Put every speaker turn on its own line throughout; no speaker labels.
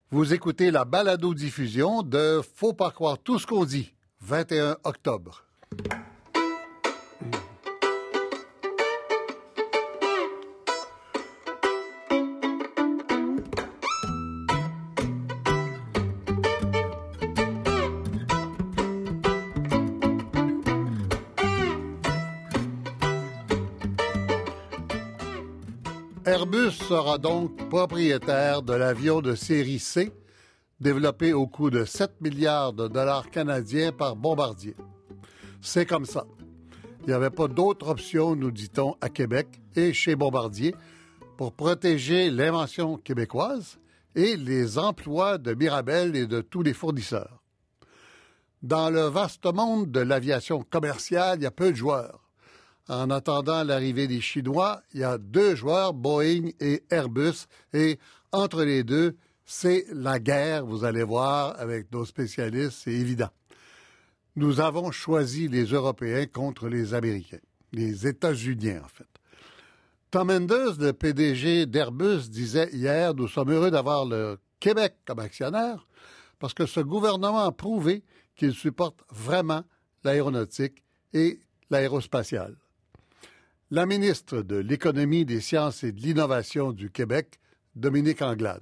Vous écoutez la balado-diffusion de Faut pas croire tout ce qu'on dit, 21 octobre. Airbus sera donc propriétaire de l'avion de série C, développé au coût de 7 milliards de dollars canadiens par Bombardier. C'est comme ça. Il n'y avait pas d'autre option, nous dit-on, à Québec et chez Bombardier pour protéger l'invention québécoise et les emplois de Mirabel et de tous les fournisseurs. Dans le vaste monde de l'aviation commerciale, il y a peu de joueurs. En attendant l'arrivée des Chinois, il y a 2 joueurs, Boeing et Airbus, et entre les deux, c'est la guerre, vous allez voir, avec nos spécialistes, c'est évident. Nous avons choisi les Européens contre les Américains, les États-Unis en fait. Tom Enders, le PDG d'Airbus, disait hier, nous sommes heureux d'avoir le Québec comme actionnaire, parce que ce gouvernement a prouvé qu'il supporte vraiment l'aéronautique et l'aérospatiale. La ministre de l'Économie, des Sciences et de l'Innovation du Québec, Dominique Anglade.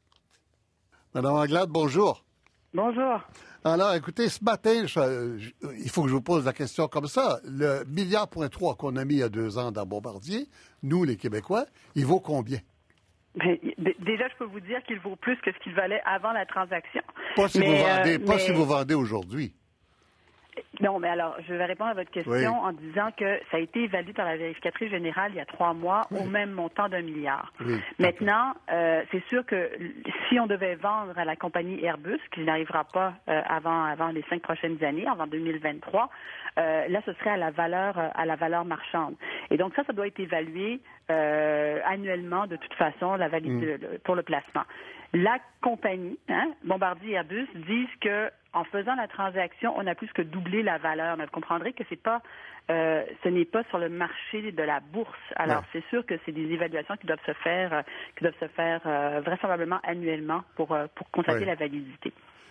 Madame Anglade, bonjour.
Bonjour.
Alors, écoutez, ce matin, il faut que je vous pose la question comme ça. Le 1,3 milliard qu'on a mis il y a 2 ans dans Bombardier, nous, les Québécois, il vaut combien?
Ben, déjà, je peux vous dire qu'il vaut plus que ce qu'il valait avant la transaction.
Pas si vous vendez aujourd'hui.
Non, mais alors, je vais répondre à votre question en disant que ça a été évalué par la vérificatrice générale il y a 3 mois au même montant d'1 milliard.
Oui,
maintenant, c'est sûr que si on devait vendre à la compagnie Airbus, qui n'arrivera pas avant les 5 prochaines années, avant 2023, là, ce serait à la valeur marchande. Et donc ça doit être évalué annuellement de toute façon, la validité pour le placement. La compagnie, Bombardier et Airbus, disent que en faisant la transaction, on a plus que doublé la valeur. Mais vous comprendrez que ce n'est pas sur le marché de la bourse. Alors, c'est sûr que c'est des évaluations qui doivent se faire vraisemblablement annuellement pour constater la validité.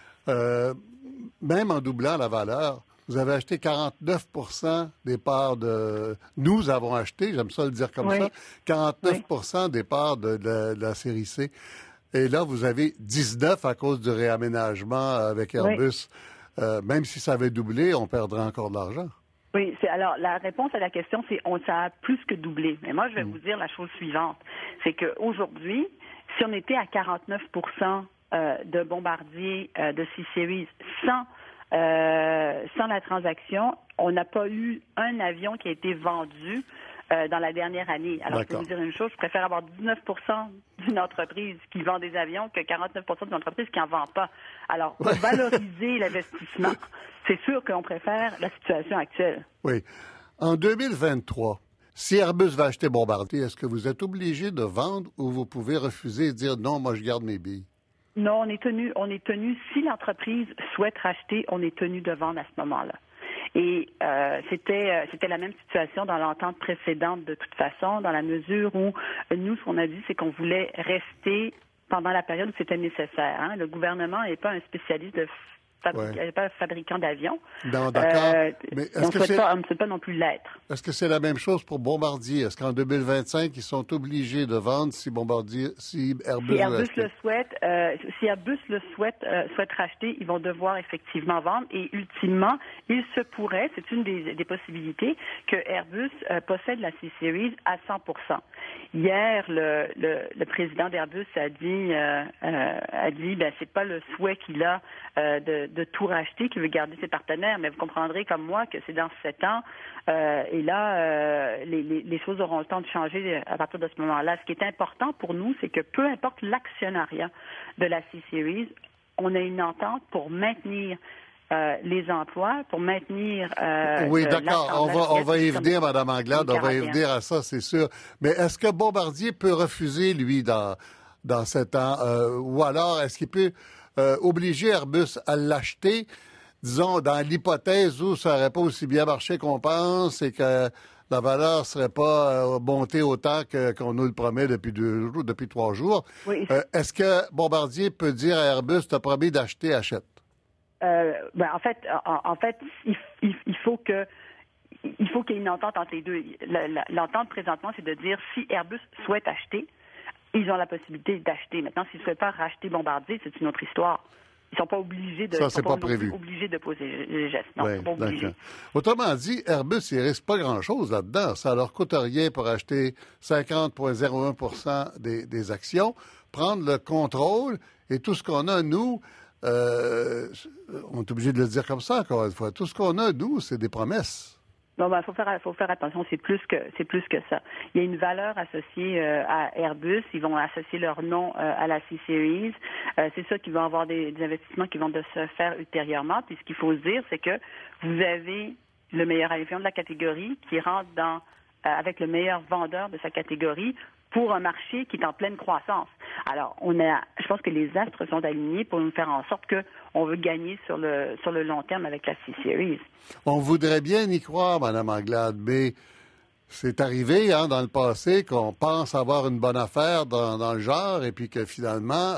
Même en doublant la valeur, vous avez acheté 49 des parts de... Nous avons acheté, j'aime ça le dire comme ça, 49 des parts de la série C. Et là, vous avez 19 à cause du réaménagement avec Airbus. Même si ça avait doublé, on perdrait encore de l'argent.
Oui, alors la réponse à la question, c'est ça a plus que doublé. Mais moi, je vais vous dire la chose suivante. C'est qu'aujourd'hui, si on était à 49 de Bombardier de C-Series sans la transaction, on n'a pas eu un avion qui a été vendu dans la dernière année. Alors, je peux vous dire une chose, je préfère avoir 19 d'une entreprise qui vend des avions que 49 d'une entreprise qui n'en vend pas. Alors, pour valoriser l'investissement, c'est sûr qu'on préfère la situation actuelle.
Oui. En 2023, si Airbus va acheter Bombardier, est-ce que vous êtes obligé de vendre ou vous pouvez refuser et dire non, moi je garde mes billes?
Non, on est tenu, si l'entreprise souhaite racheter, on est tenu de vendre à ce moment-là. Et c'était la même situation dans l'entente précédente de toute façon, dans la mesure où nous, ce qu'on a dit, c'est qu'on voulait rester pendant la période où c'était nécessaire. Le gouvernement n'est pas un spécialiste de pas fabricant d'avions.
Non, d'accord. Mais
on ne souhaite pas non plus l'être.
Est-ce que c'est la même chose pour Bombardier? Est-ce qu'en 2025, ils sont obligés de vendre si Airbus
le souhaite, si Airbus le souhaite racheter, ils vont devoir effectivement vendre. Et ultimement, il se pourrait, c'est une des possibilités, que Airbus possède la C-Series à 100%. Hier, le président d'Airbus a dit c'est pas le souhait qu'il a de tout racheter, qu'il veut garder ses partenaires, mais vous comprendrez comme moi que c'est dans 7 ans, et là, les choses auront le temps de changer à partir de ce moment-là. Ce qui est important pour nous, c'est que peu importe l'actionnariat de la C-Series, on a une entente pour maintenir les emplois, pour maintenir...
oui, d'accord. On va y venir, Mme Anglade, on va y venir à ça, c'est sûr. Mais est-ce que Bombardier peut refuser, lui, dans 7 ans? Ou alors, est-ce qu'il peut obliger Airbus à l'acheter, disons, dans l'hypothèse où ça n'aurait pas aussi bien marché qu'on pense et que la valeur ne serait pas montée autant qu'on nous le promet depuis 3 jours.
Oui.
Est-ce que Bombardier peut dire à Airbus, t'as promis d'acheter, achète?
En fait, il faut qu'il y ait une entente entre les deux. L'entente présentement, c'est de dire si Airbus souhaite acheter, ils ont la possibilité d'acheter. Maintenant, s'ils ne souhaitent pas racheter Bombardier, c'est une autre histoire. Ils ne sont pas obligés de.
Ça, c'est pas prévu.
Obligés de poser les gestes. Non,
Oui,
ils sont pas obligés.
Autrement dit, Airbus, il ne risque pas grand-chose là-dedans. Ça leur coûte rien pour acheter 50,01 % des actions, prendre le contrôle, et tout ce qu'on a, nous, on est obligé de le dire comme ça, encore une fois. Tout ce qu'on a, nous, c'est des promesses.
Non, faut faire attention. C'est plus que ça. Il y a une valeur associée à Airbus. Ils vont associer leur nom à la C-Series. C'est sûr qu'ils vont avoir des investissements qui vont se faire ultérieurement. Puis ce qu'il faut se dire, c'est que vous avez le meilleur avion de la catégorie qui rentre avec le meilleur vendeur de sa catégorie pour un marché qui est en pleine croissance. Alors, je pense que les astres sont alignés pour nous faire en sorte qu'on veut gagner sur le long terme avec la C-Series.
On voudrait bien y croire, Mme Anglade, mais c'est arrivé dans le passé qu'on pense avoir une bonne affaire dans le genre et puis que finalement,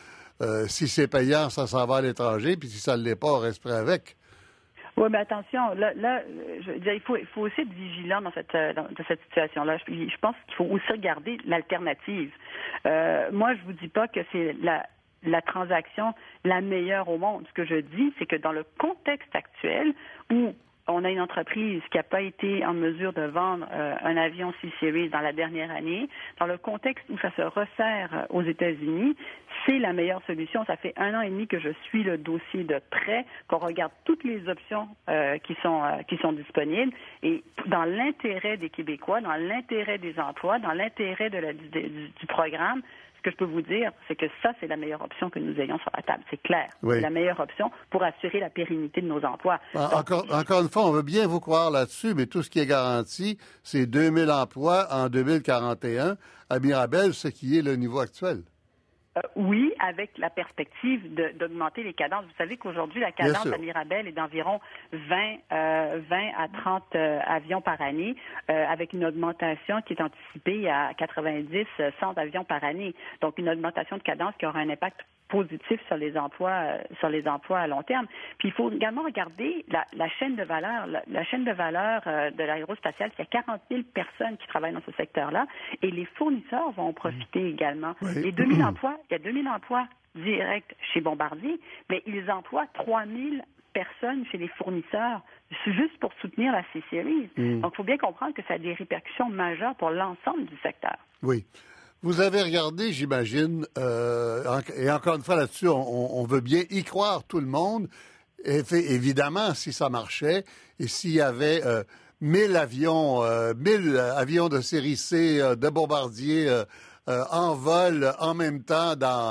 si c'est payant, ça s'en va à l'étranger, puis si ça ne l'est pas, on reste prêt avec.
Oui, mais attention, là, je veux dire, il faut aussi être vigilant dans cette situation-là. Je pense qu'il faut aussi regarder l'alternative. Moi, je vous dis pas que c'est la transaction la meilleure au monde. Ce que je dis, c'est que dans le contexte actuel où on a une entreprise qui n'a pas été en mesure de vendre un avion C-Series dans la dernière année, dans le contexte où ça se resserre aux États-Unis, c'est la meilleure solution. Ça fait 1 an et demi que je suis le dossier de près, qu'on regarde toutes les options qui sont disponibles. Et dans l'intérêt des Québécois, dans l'intérêt des emplois, dans l'intérêt du programme, ce que je peux vous dire, c'est que ça, c'est la meilleure option que nous ayons sur la table. C'est clair. Oui. C'est la meilleure option pour assurer la pérennité de nos emplois.
Encore une fois, on veut bien vous croire là-dessus, mais tout ce qui est garanti, c'est 2000 emplois en 2041 à Mirabel, ce qui est le niveau actuel.
Oui, avec la perspective d'augmenter les cadences. Vous savez qu'aujourd'hui, la cadence à Mirabel est d'environ 20 à 30 avions par année, avec une augmentation qui est anticipée à 90, 100 avions par année. Donc, une augmentation de cadence qui aura un impact positif sur les emplois à long terme. Puis il faut également regarder la chaîne de valeur. La chaîne de valeur de l'aérospatiale, il y a 40 000 personnes qui travaillent dans ce secteur-là et les fournisseurs vont en profiter également.
Oui.
Les 2000 emplois, il y a 2000 emplois directs chez Bombardier, mais ils emploient 3000 personnes chez les fournisseurs juste pour soutenir la C-Series. Donc, il faut bien comprendre que ça a des répercussions majeures pour l'ensemble du secteur.
Oui. Vous avez regardé, j'imagine, et encore une fois là-dessus, on veut bien y croire tout le monde. Et évidemment, si ça marchait, et s'il y avait 1000 avions de série C de Bombardier en vol en même temps dans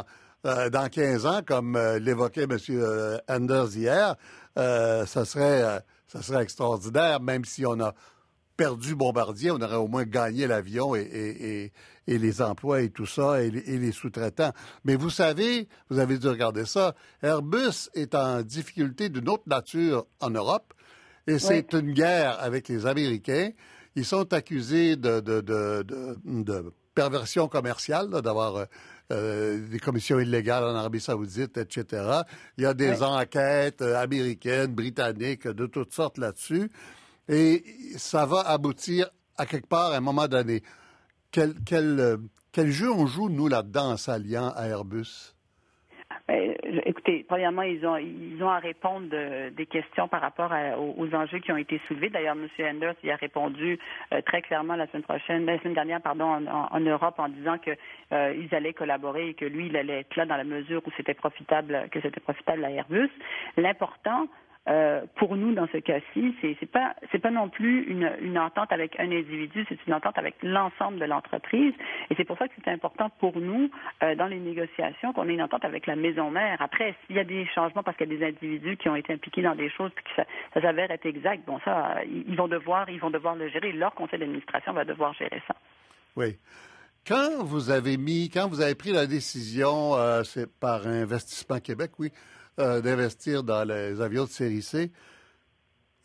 15 ans, comme l'évoquait M. Anders hier, ça serait extraordinaire, même si on a perdu Bombardier, on aurait au moins gagné l'avion et les emplois et tout ça, et les sous-traitants. Mais vous savez, vous avez dû regarder ça, Airbus est en difficulté d'une autre nature en Europe, et c'est une guerre avec les Américains. Ils sont accusés de perversion commerciale, d'avoir des commissions illégales en Arabie Saoudite, etc. Il y a des enquêtes américaines, britanniques, de toutes sortes là-dessus. Et ça va aboutir à quelque part à un moment donné. Quel jeu on joue, nous, là-dedans, en s'alliant à Airbus?
Écoutez, premièrement, ils ont à répondre des questions par rapport aux enjeux qui ont été soulevés. D'ailleurs, M. Anders y a répondu très clairement la semaine dernière, en Europe, en disant que ils allaient collaborer et que lui, il allait être là dans la mesure où c'était profitable à Airbus. L'important, pour nous, dans ce cas-ci, c'est pas non plus une entente avec un individu, c'est une entente avec l'ensemble de l'entreprise. Et c'est pour ça que c'est important pour nous, dans les négociations, qu'on ait une entente avec la maison mère. Après, s'il y a des changements parce qu'il y a des individus qui ont été impliqués dans des choses puis que ça s'avère être exact, bon, ça, ils vont devoir le gérer. Leur conseil d'administration va devoir gérer ça.
Oui. Quand vous avez pris la décision, c'est par Investissement Québec, oui, d'investir dans les avions de série C,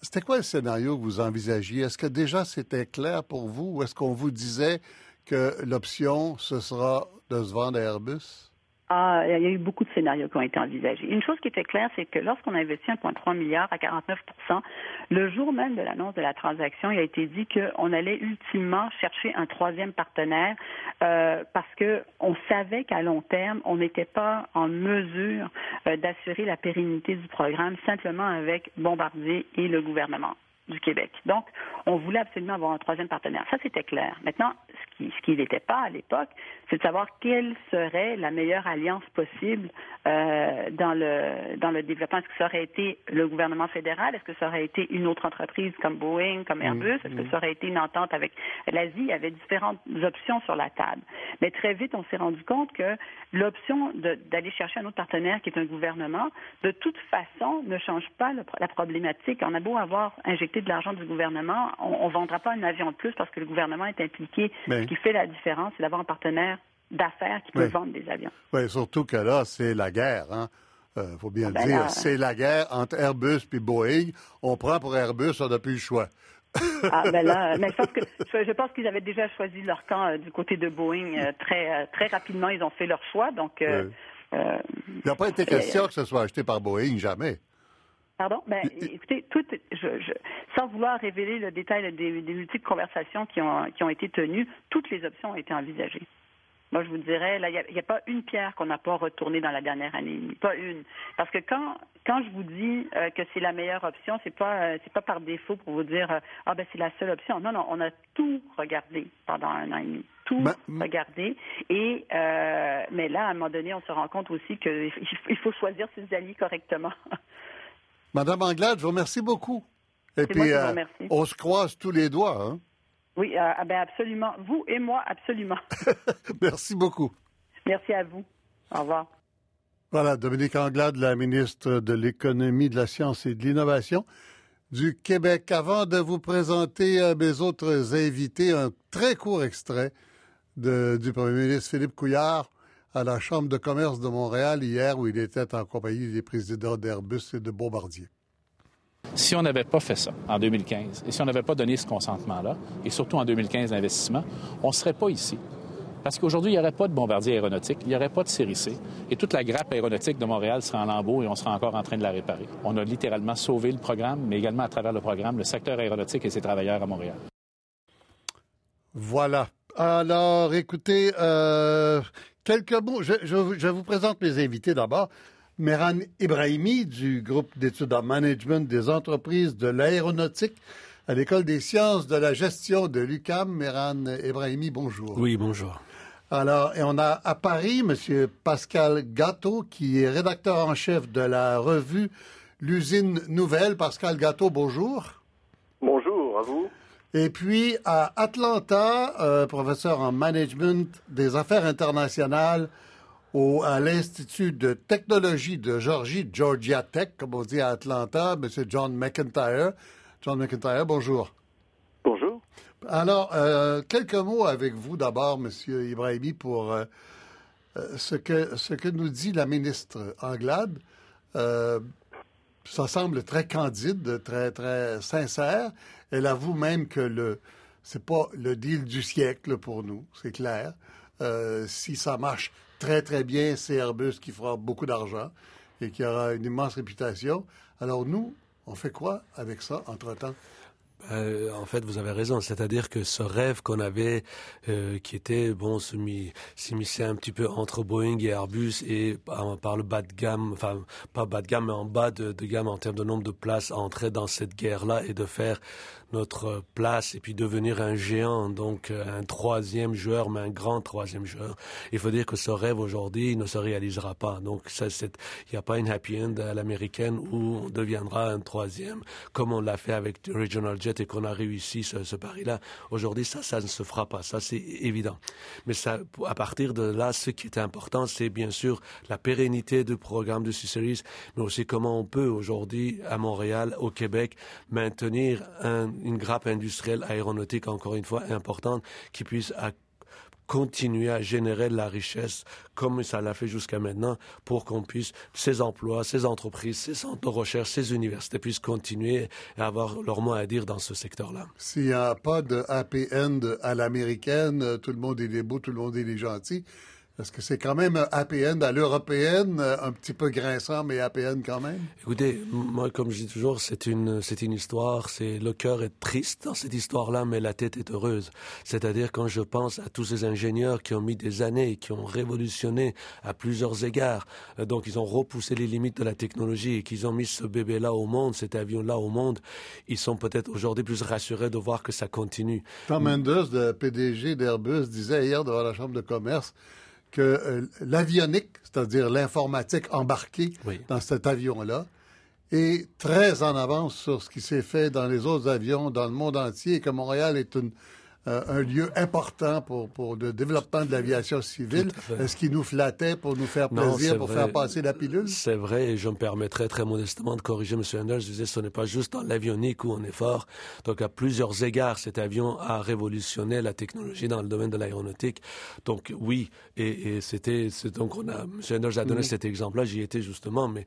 C'était quoi le scénario que vous envisagiez? Est-ce que déjà c'était clair pour vous ou est-ce qu'on vous disait que l'option, ce sera de se vendre à Airbus?
Ah, il y a eu beaucoup de scénarios qui ont été envisagés. Une chose qui était claire, c'est que lorsqu'on a investi 1,3 milliard à 49 le jour même de l'annonce de la transaction, il a été dit qu'on allait ultimement chercher un troisième partenaire parce qu'on savait qu'à long terme, on n'était pas en mesure d'assurer la pérennité du programme simplement avec Bombardier et le gouvernement du Québec. Donc, on voulait absolument avoir un troisième partenaire. Ça, c'était clair. Maintenant, ce qui n'était pas à l'époque, c'est de savoir quelle serait la meilleure alliance possible dans le développement. Est-ce que ça aurait été le gouvernement fédéral? Est-ce que ça aurait été une autre entreprise comme Boeing, comme Airbus? Est-ce que ça aurait été une entente avec l'Asie? Il y avait différentes options sur la table. Mais très vite, on s'est rendu compte que l'option d'aller chercher un autre partenaire qui est un gouvernement, de toute façon, ne change pas la problématique. On a beau avoir injecté de l'argent du gouvernement, on ne vendra pas un avion de plus parce que le gouvernement est impliqué. Ce qui fait la différence, c'est d'avoir un partenaire d'affaires qui peut vendre des avions.
Oui, surtout que là, c'est la guerre. Faut bien le dire. C'est la guerre entre Airbus et Boeing. On prend pour Airbus, on n'a plus le choix.
Mais je pense qu'ils avaient déjà choisi leur camp du côté de Boeing très, très rapidement. Ils ont fait leur choix. Donc, il
n'a pas été question que ce soit acheté par Boeing, jamais.
Pardon? Écoutez, sans vouloir révéler le détail des multiples conversations qui ont été tenues, toutes les options ont été envisagées. Moi, je vous dirais, là, il n'y a pas une pierre qu'on n'a pas retournée dans la dernière année, pas une. Parce que quand je vous dis que c'est la meilleure option, c'est pas par défaut pour vous dire c'est la seule option. Non, on a tout regardé pendant 1 an et demi. Tout regardé. Et mais là, à un moment donné, on se rend compte aussi qu'il faut choisir ses alliés correctement.
Madame Anglade, je vous remercie beaucoup. Et puis,
moi qui vous remercie.
On se croise tous les doigts, hein?
Oui, absolument. Vous et moi, absolument.
Merci beaucoup.
Merci à vous. Au revoir.
Voilà, Dominique Anglade, la ministre de l'Économie, de la Science et de l'Innovation du Québec. Avant de vous présenter mes autres invités, un très court extrait du premier ministre Philippe Couillard à la Chambre de commerce de Montréal hier, où il était en compagnie des présidents d'Airbus et de Bombardier.
Si on n'avait pas fait ça en 2015 et si on n'avait pas donné ce consentement-là, et surtout en 2015 l'investissement, on ne serait pas ici. Parce qu'aujourd'hui, il n'y aurait pas de Bombardier aéronautique, il n'y aurait pas de série C, et toute la grappe aéronautique de Montréal serait en lambeaux et on serait encore en train de la réparer. On a littéralement sauvé le programme, mais également à travers le programme, le secteur aéronautique et ses travailleurs à Montréal.
Voilà. Alors, écoutez, quelques mots. Je vous présente mes invités d'abord. Mehran Ebrahimi du groupe d'études en management des entreprises de l'aéronautique à l'École des sciences de la gestion de l'UQAM. Mehran Ebrahimi, bonjour.
Oui, bonjour.
Alors, et on a à Paris M. Pascal Gatto, qui est rédacteur en chef de la revue L'Usine Nouvelle. Pascal Gatto, bonjour.
Bonjour, à vous.
Et puis, à Atlanta, professeur en management des affaires internationales à l'Institut de technologie de Géorgie, Georgia Tech, comme on dit à Atlanta, M. John McIntyre. John McIntyre, bonjour.
Bonjour.
Alors, quelques mots avec vous d'abord, M. Ibrahimi, pour ce que nous dit la ministre Anglade. Ça semble très candide, très, très sincère. Elle avoue même que c'est pas le deal du siècle pour nous, c'est clair. Si ça marche très, très bien, c'est Airbus qui fera beaucoup d'argent et qui aura une immense réputation. Alors nous, on fait quoi avec ça entre-temps?
En fait, vous avez raison. C'est-à-dire que ce rêve qu'on avait, qui était, s'immiscer un petit peu entre Boeing et Airbus et par le bas de gamme, enfin, pas bas de gamme, mais en bas de gamme en termes de nombre de places à entrer dans cette guerre-là et de faire notre place et puis devenir un géant, donc un troisième joueur, mais un grand troisième joueur. Il faut dire que ce rêve aujourd'hui ne se réalisera pas. Donc, il n'y a pas une happy end à l'américaine où on deviendra un troisième, comme on l'a fait avec Regional Jet et qu'on a réussi ce pari-là. Aujourd'hui, ça ne se fera pas. Ça, c'est évident. Mais ça, à partir de là, ce qui est important, c'est bien sûr la pérennité du programme de C-Series, mais aussi comment on peut aujourd'hui, à Montréal, au Québec, maintenir une grappe industrielle aéronautique, encore une fois, importante, qui puisse continuer à générer de la richesse comme ça l'a fait jusqu'à maintenant pour qu'on puisse, ces emplois, ces entreprises, ces centres de recherche, ces universités puissent continuer à avoir leur mot à dire dans ce secteur-là.
S'il n'y a pas de happy end à l'américaine, tout le monde est beau, tout le monde est gentil. Est-ce que c'est quand même un happy end à l'européenne, un petit peu grinçant, mais happy end quand même?
Écoutez, moi, comme je dis toujours, c'est une histoire, le cœur est triste dans cette histoire-là, mais la tête est heureuse. C'est-à-dire quand je pense à tous ces ingénieurs qui ont mis des années, qui ont révolutionné à plusieurs égards, donc ils ont repoussé les limites de la technologie et qu'ils ont mis ce bébé-là au monde, cet avion-là au monde, ils sont peut-être aujourd'hui plus rassurés de voir que ça continue.
Tom Enders, le PDG d'Airbus, disait hier devant la Chambre de commerce que l'avionique, c'est-à-dire l'informatique embarquée dans cet avion-là, est très en avance sur ce qui s'est fait dans les autres avions dans le monde entier et que Montréal est un lieu important pour le développement de l'aviation civile. Est-ce qu'il nous flattait pour nous faire plaisir, pour faire passer la pilule?
C'est vrai, et je me permettrai très modestement de corriger M. Enders. Je disais, ce n'est pas juste dans l'avionique où on est fort. Donc, à plusieurs égards, cet avion a révolutionné la technologie dans le domaine de l'aéronautique. Donc, oui, donc M. Enders a donné cet exemple-là, j'y étais justement, mais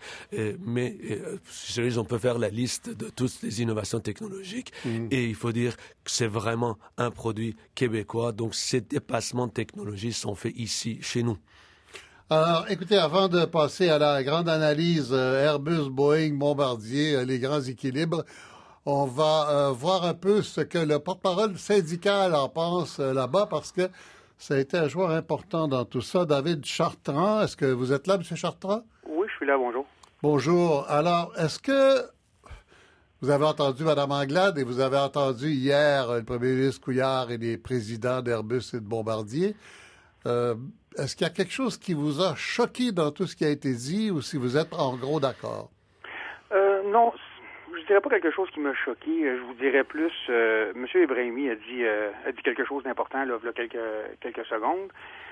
on peut faire la liste de toutes les innovations technologiques, et il faut dire que c'est vraiment un produit québécois. Donc, ces dépassements de technologie sont faits ici, chez nous.
Alors, écoutez, avant de passer à la grande analyse Airbus, Boeing, Bombardier, les grands équilibres, on va voir un peu ce que le porte-parole syndical en pense là-bas, parce que ça a été un joueur important dans tout ça. David Chartrand, est-ce que vous êtes là, M. Chartrand?
Oui, je suis là, bonjour.
Bonjour. Alors, est-ce que vous avez entendu Mme Anglade et vous avez entendu hier le premier ministre Couillard et les présidents d'Airbus et de Bombardier. Est-ce qu'il y a quelque chose qui vous a choqué dans tout ce qui a été dit ou si vous êtes en gros d'accord?
Non, je dirais pas quelque chose qui m'a choqué. Je vous dirais plus, M. Ebrahimi a dit quelque chose d'important là, il y a quelques secondes.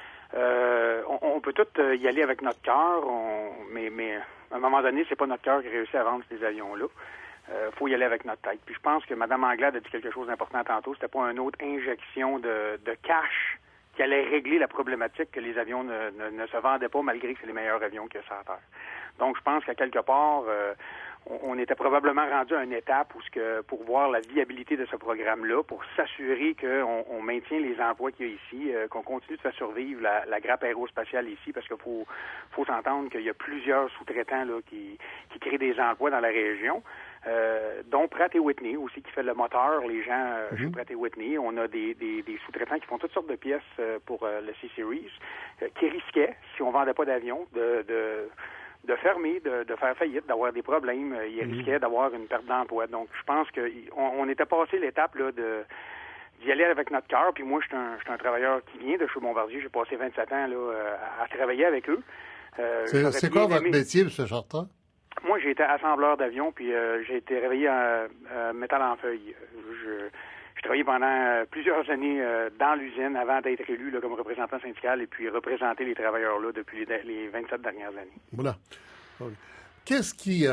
On peut tous y aller avec notre cœur, mais à un moment donné, c'est pas notre cœur qui réussit à vendre ces avions-là. Faut y aller avec notre tête. Puis je pense que Mme Anglade a dit quelque chose d'important tantôt. C'était pas une autre injection de cash qui allait régler la problématique que les avions ne se vendaient pas malgré que c'est les meilleurs avions qu'il y a sur la Terre. Donc je pense qu'à quelque part, on était probablement rendu à une étape où pour voir la viabilité de ce programme-là, pour s'assurer qu'on maintient les emplois qu'il y a ici, qu'on continue de faire survivre la grappe aérospatiale ici, parce qu'il faut s'entendre qu'il y a plusieurs sous-traitants là, qui créent des emplois dans la région. Dont Pratt & Whitney aussi qui fait le moteur, les gens chez Pratt & Whitney. On a des sous-traitants qui font toutes sortes de pièces pour le C-Series qui risquaient, si on vendait pas d'avion, de fermer, de faire faillite, d'avoir des problèmes. Ils risquaient d'avoir une perte d'emploi. Donc je pense qu'on était passé l'étape là d'y aller avec notre cœur. Puis moi, je suis un travailleur qui vient de chez Bombardier. J'ai passé 27 ans là à travailler avec eux.
C'est quoi votre métier, M. Chartrand?
Moi, j'ai été assembleur d'avions, puis j'ai été réveillé à métal en feuille. J'ai travaillé pendant plusieurs années dans l'usine avant d'être élu là, comme représentant syndical et puis représenter les travailleurs là depuis les 27 dernières années.
Voilà. Qu'est-ce qui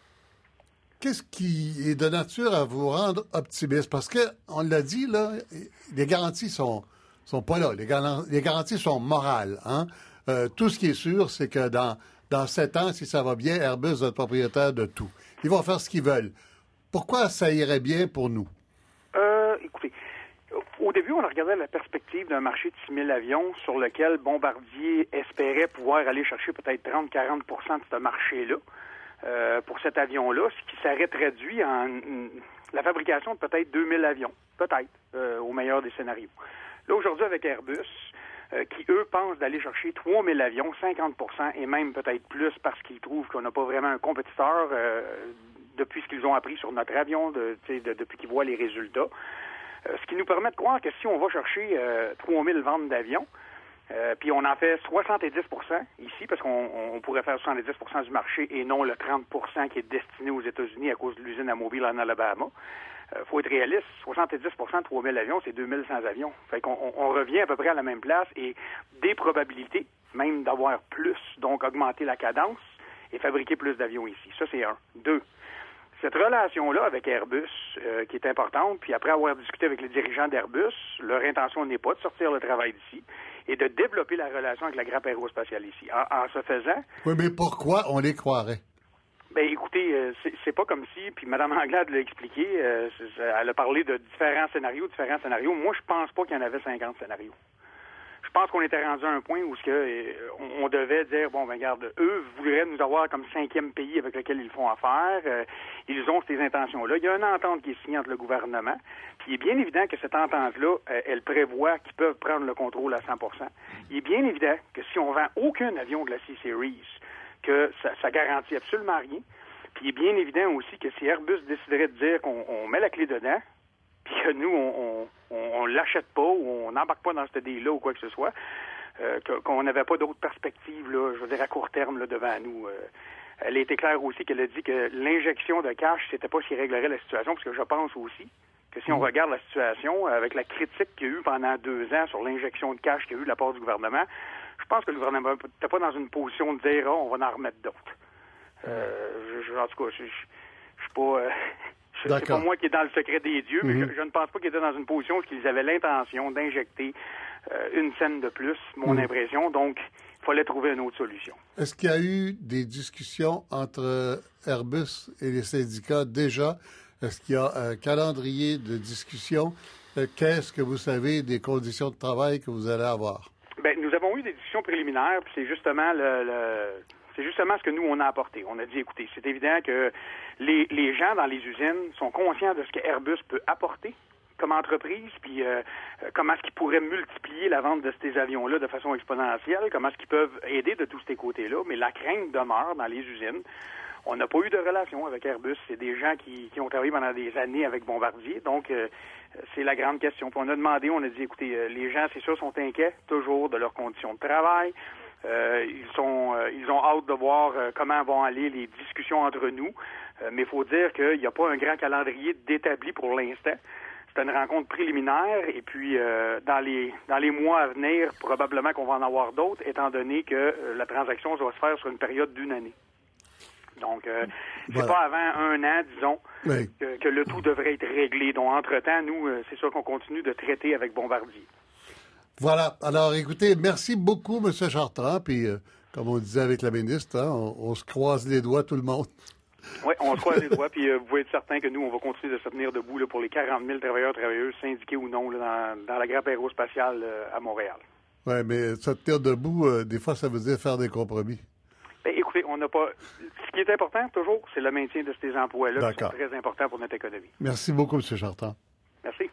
est de nature à vous rendre optimiste? Parce que, on l'a dit, là, les garanties sont pas là. Les garanties sont morales. Hein? Tout ce qui est sûr, c'est que dans 7 ans, si ça va bien, Airbus va être propriétaire de tout. Ils vont faire ce qu'ils veulent. Pourquoi ça irait bien pour nous?
Écoutez, au début, on regardait la perspective d'un marché de 6 000 avions sur lequel Bombardier espérait pouvoir aller chercher peut-être 30-40 de ce marché-là pour cet avion-là, ce qui serait traduit en la fabrication de peut-être 2 000 avions, peut-être, au meilleur des scénarios. Là, aujourd'hui, avec Airbus, qui, eux, pensent d'aller chercher 3 000 avions, 50 et même peut-être plus parce qu'ils trouvent qu'on n'a pas vraiment un compétiteur depuis ce qu'ils ont appris sur notre avion, depuis qu'ils voient les résultats. Ce qui nous permet de croire que si on va chercher 3 000 ventes d'avions, puis on en fait 70 ici, parce qu'on pourrait faire 70 du marché et non le 30 qui est destiné aux États-Unis à cause de l'usine à Mobile en Alabama. Faut être réaliste, 70 de 3 000 avions, c'est 2100 avions. Fait qu'on revient à peu près à la même place et des probabilités, même d'avoir plus, donc augmenter la cadence et fabriquer plus d'avions ici. Ça, c'est 1. 2. Cette relation-là avec Airbus, qui est importante, puis après avoir discuté avec les dirigeants d'Airbus, leur intention n'est pas de sortir le travail d'ici. et de développer la relation avec la grappe aérospatiale ici. En ce faisant...
Oui, mais pourquoi on les croirait?
Ben écoutez, c'est pas comme si, puis Mme Anglade l'a expliqué, elle a parlé de différents scénarios. Moi, je pense pas qu'il y en avait 50 scénarios. Je pense qu'on était rendu à un point où on devait dire, bon, ben regarde, eux voudraient nous avoir comme 5e pays avec lequel ils font affaire. Ils ont ces intentions-là. Il y a une entente qui est signée entre le gouvernement. Puis il est bien évident que cette entente-là, elle prévoit qu'ils peuvent prendre le contrôle à 100%. Il est bien évident que si on vend aucun avion de la C-Series, que ça garantit absolument rien. Puis il est bien évident aussi que si Airbus déciderait de dire qu'on met la clé dedans, puis que nous, on l'achète pas ou on n'embarque pas dans ce deal-là ou quoi que ce soit, qu'on n'avait pas d'autres perspectives, là, je veux dire, à court terme là, devant nous. Elle a été claire aussi qu'elle a dit que l'injection de cash, c'était pas ce qui réglerait la situation, parce que je pense aussi que si on regarde la situation, avec la critique qu'il y a eu pendant 2 ans sur l'injection de cash qu'il y a eu de la part du gouvernement, je pense que le gouvernement n'était pas dans une position de dire on va en remettre d'autres. En tout cas, je suis pas... c'est pas moi qui est dans le secret des dieux, mais je ne pense pas qu'ils étaient dans une position où ils avaient l'intention d'injecter une scène de plus, mon impression. Donc, il fallait trouver une autre solution.
Est-ce qu'il y a eu des discussions entre Airbus et les syndicats déjà? Est-ce qu'il y a un calendrier de discussion? Qu'est-ce que vous savez des conditions de travail que vous allez avoir?
Bien, nous avons eu des discussions préliminaires, puis c'est justement c'est justement ce que nous, on a apporté. On a dit, écoutez, c'est évident que les gens dans les usines sont conscients de ce que Airbus peut apporter comme entreprise, puis comment est-ce qu'ils pourraient multiplier la vente de ces avions-là de façon exponentielle, comment est-ce qu'ils peuvent aider de tous ces côtés-là, mais la crainte demeure dans les usines. On n'a pas eu de relation avec Airbus. C'est des gens qui ont travaillé pendant des années avec Bombardier, donc c'est la grande question. Puis on a demandé, on a dit, écoutez, les gens, c'est sûr, sont inquiets toujours de leurs conditions de travail. Ils ont hâte de voir comment vont aller les discussions entre nous. Mais il faut dire qu'il n'y a pas un grand calendrier d'établi pour l'instant. C'est une rencontre préliminaire et puis dans les mois à venir, probablement qu'on va en avoir d'autres, étant donné que la transaction va se faire sur une période d'1 année. Donc, c'est pas avant 1 an, disons, que le tout devrait être réglé. Donc, entre-temps, nous, c'est sûr qu'on continue de traiter avec Bombardier.
Voilà. Alors, écoutez, merci beaucoup, M. Chartrand. Puis, comme on disait avec la ministre, hein, on se croise les doigts, tout le monde.
Oui, on se croise les doigts. Puis, vous pouvez être certain que nous, on va continuer de se tenir debout là, pour les 40 000 travailleurs, travailleuses, syndiqués ou non, là, dans la grappe aérospatiale à Montréal.
Oui, mais se tenir debout, des fois, ça veut dire faire des compromis.
Bien, écoutez, on n'a pas... Ce qui est important, toujours, c'est le maintien de ces emplois-là.
D'accord.
Qui sont très importants pour notre économie.
Merci beaucoup, M. Chartrand.
Merci.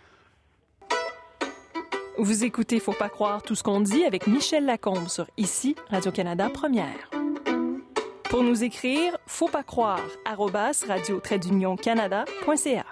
Vous écoutez Faut pas croire tout ce qu'on dit avec Michel Lacombe sur Ici, Radio-Canada Première. Pour nous écrire, faut pas croire, @radio-canada.ca.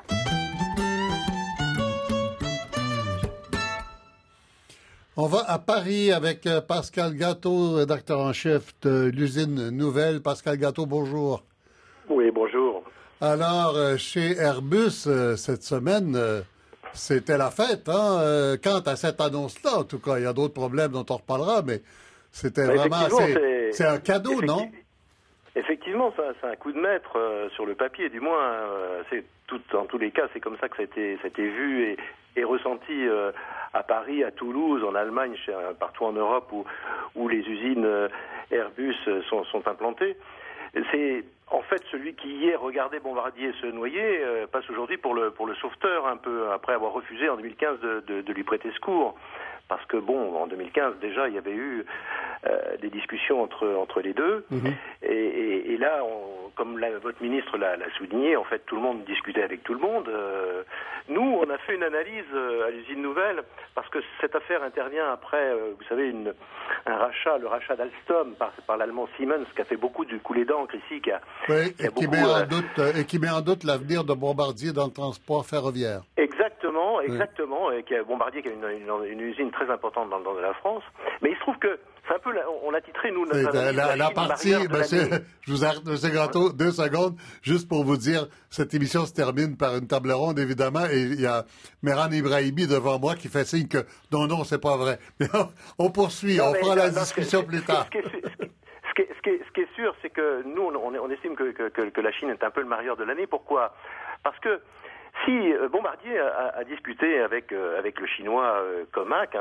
On va à Paris avec Pascal Gâteau, rédacteur en chef de l'usine Nouvelle. Pascal Gâteau, bonjour.
Oui, bonjour.
Alors, chez Airbus, cette semaine, c'était la fête, hein? Quant à cette annonce-là, en tout cas, il y a d'autres problèmes dont on reparlera, mais c'était vraiment... C'est un cadeau, non?
Effectivement, c'est un coup de maître sur le papier, du moins. Dans tous les cas, c'est comme ça que ça a été vu et ressenti à Paris, à Toulouse, en Allemagne, partout en Europe où les usines Airbus sont implantées. C'est en fait celui qui hier regardait Bombardier se noyer passe aujourd'hui pour le sauveteur, un peu après avoir refusé en 2015 de lui prêter secours. Parce que bon, en 2015 déjà, il y avait eu des discussions entre les deux, et là, comme votre ministre l'a souligné, en fait, tout le monde discutait avec tout le monde. Nous, on a fait une analyse à l'usine Nouvelle parce que cette affaire intervient après, vous savez, un rachat, le rachat d'Alstom par l'allemand Siemens, qui a fait beaucoup du couler d'encre ici, qui met en doute l'avenir de Bombardier dans le transport ferroviaire. Exactement, et qui a Bombardier qui a une usine très importante dans le nord de la France. Mais il se trouve que c'est un peu, on a titré, nous, la partie, je vous arrête, M. Gâteau, 2 secondes, juste pour vous dire, cette émission se termine par une table ronde, évidemment, et il y a Mehran Ibrahimi devant moi qui fait signe que non, c'est pas vrai. Mais on poursuit, on fera la discussion plus tard. Ce qui est sûr, c'est que nous, on estime que la Chine est un peu le marieur de l'année. Pourquoi? Parce que Si Bombardier a discuté avec le chinois Comac,